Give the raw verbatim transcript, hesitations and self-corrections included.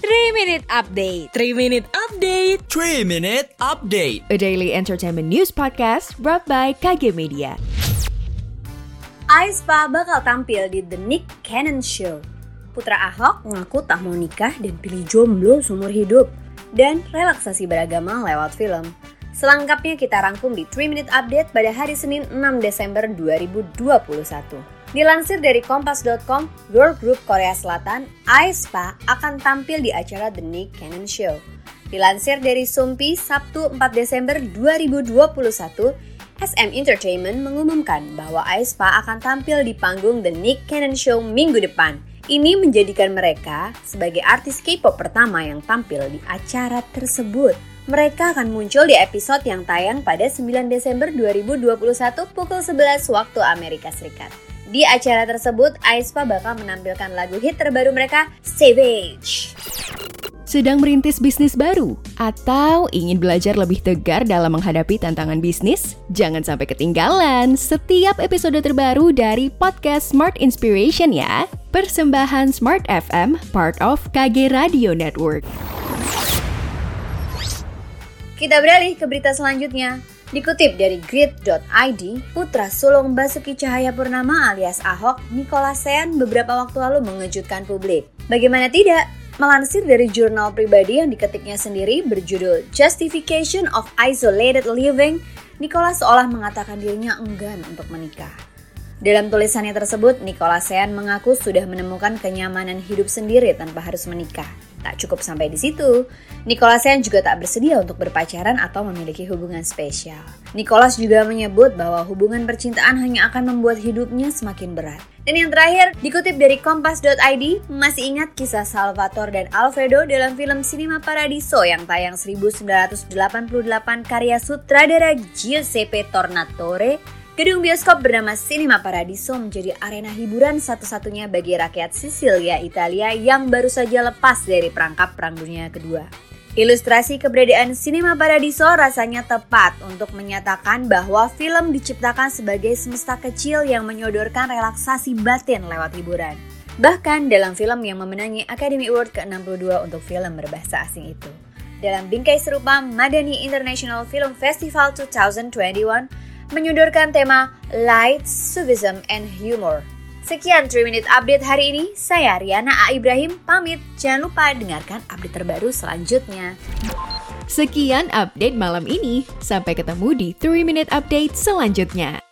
three minute Update. three minute Update. three minute Update. A daily entertainment news podcast brought by K G Media. aespa bakal tampil di The Nick Cannon Show. Putra Ahok mengaku tak mau nikah dan pilih jomblo seumur hidup. Dan relaksasi beragama lewat film. Selengkapnya kita rangkum di three minute Update pada hari Senin enam Desember dua ribu dua puluh satu. Dilansir dari kompas dot com, girl group Korea Selatan, aespa akan tampil di acara The Nick Cannon Show. Dilansir dari Sumpi, Sabtu empat Desember dua ribu dua puluh satu, S M Entertainment mengumumkan bahwa aespa akan tampil di panggung The Nick Cannon Show minggu depan. Ini menjadikan mereka sebagai artis K-pop pertama yang tampil di acara tersebut. Mereka akan muncul di episode yang tayang pada sembilan Desember dua ribu dua puluh satu pukul sebelas waktu Amerika Serikat. Di acara tersebut, aespa bakal menampilkan lagu hit terbaru mereka, Savage. Sedang merintis bisnis baru? Atau ingin belajar lebih tegar dalam menghadapi tantangan bisnis? Jangan sampai ketinggalan setiap episode terbaru dari podcast Smart Inspiration ya. Persembahan Smart F M, part of K G Radio Network. Kita beralih ke berita selanjutnya. Dikutip dari grid dot i d, putra sulung Basuki Cahayapurnama alias Ahok, Nicholas Sean beberapa waktu lalu mengejutkan publik. Bagaimana tidak? Melansir dari jurnal pribadi yang diketiknya sendiri berjudul Justification of Isolated Living, Nicholas seolah mengatakan dirinya enggan untuk menikah. Dalam tulisannya tersebut, Nicholas Sean mengaku sudah menemukan kenyamanan hidup sendiri tanpa harus menikah. Tak cukup sampai di situ, Nicholas Sean juga tak bersedia untuk berpacaran atau memiliki hubungan spesial. Nicholas juga menyebut bahwa hubungan percintaan hanya akan membuat hidupnya semakin berat. Dan yang terakhir, dikutip dari kompas dot i d, masih ingat kisah Salvatore dan Alfredo dalam film Cinema Paradiso yang tayang seribu sembilan ratus delapan puluh delapan karya sutradara Giuseppe Tornatore? Gedung bioskop bernama Cinema Paradiso menjadi arena hiburan satu-satunya bagi rakyat Sisilia, Italia yang baru saja lepas dari perangkap Perang Dunia Kedua. Ilustrasi keberadaan Cinema Paradiso rasanya tepat untuk menyatakan bahwa film diciptakan sebagai semesta kecil yang menyodorkan relaksasi batin lewat hiburan. Bahkan dalam film yang memenangi Academy Award ke enam puluh dua untuk film berbahasa asing itu. Dalam bingkai serupa, Madani International Film Festival dua ribu dua puluh satu menyodorkan tema Light, Suvism, and Humor. Sekian three minute Update hari ini. Saya Riana A. Ibrahim pamit. Jangan lupa dengarkan update terbaru selanjutnya. Sekian update malam ini. Sampai ketemu di three minute Update selanjutnya.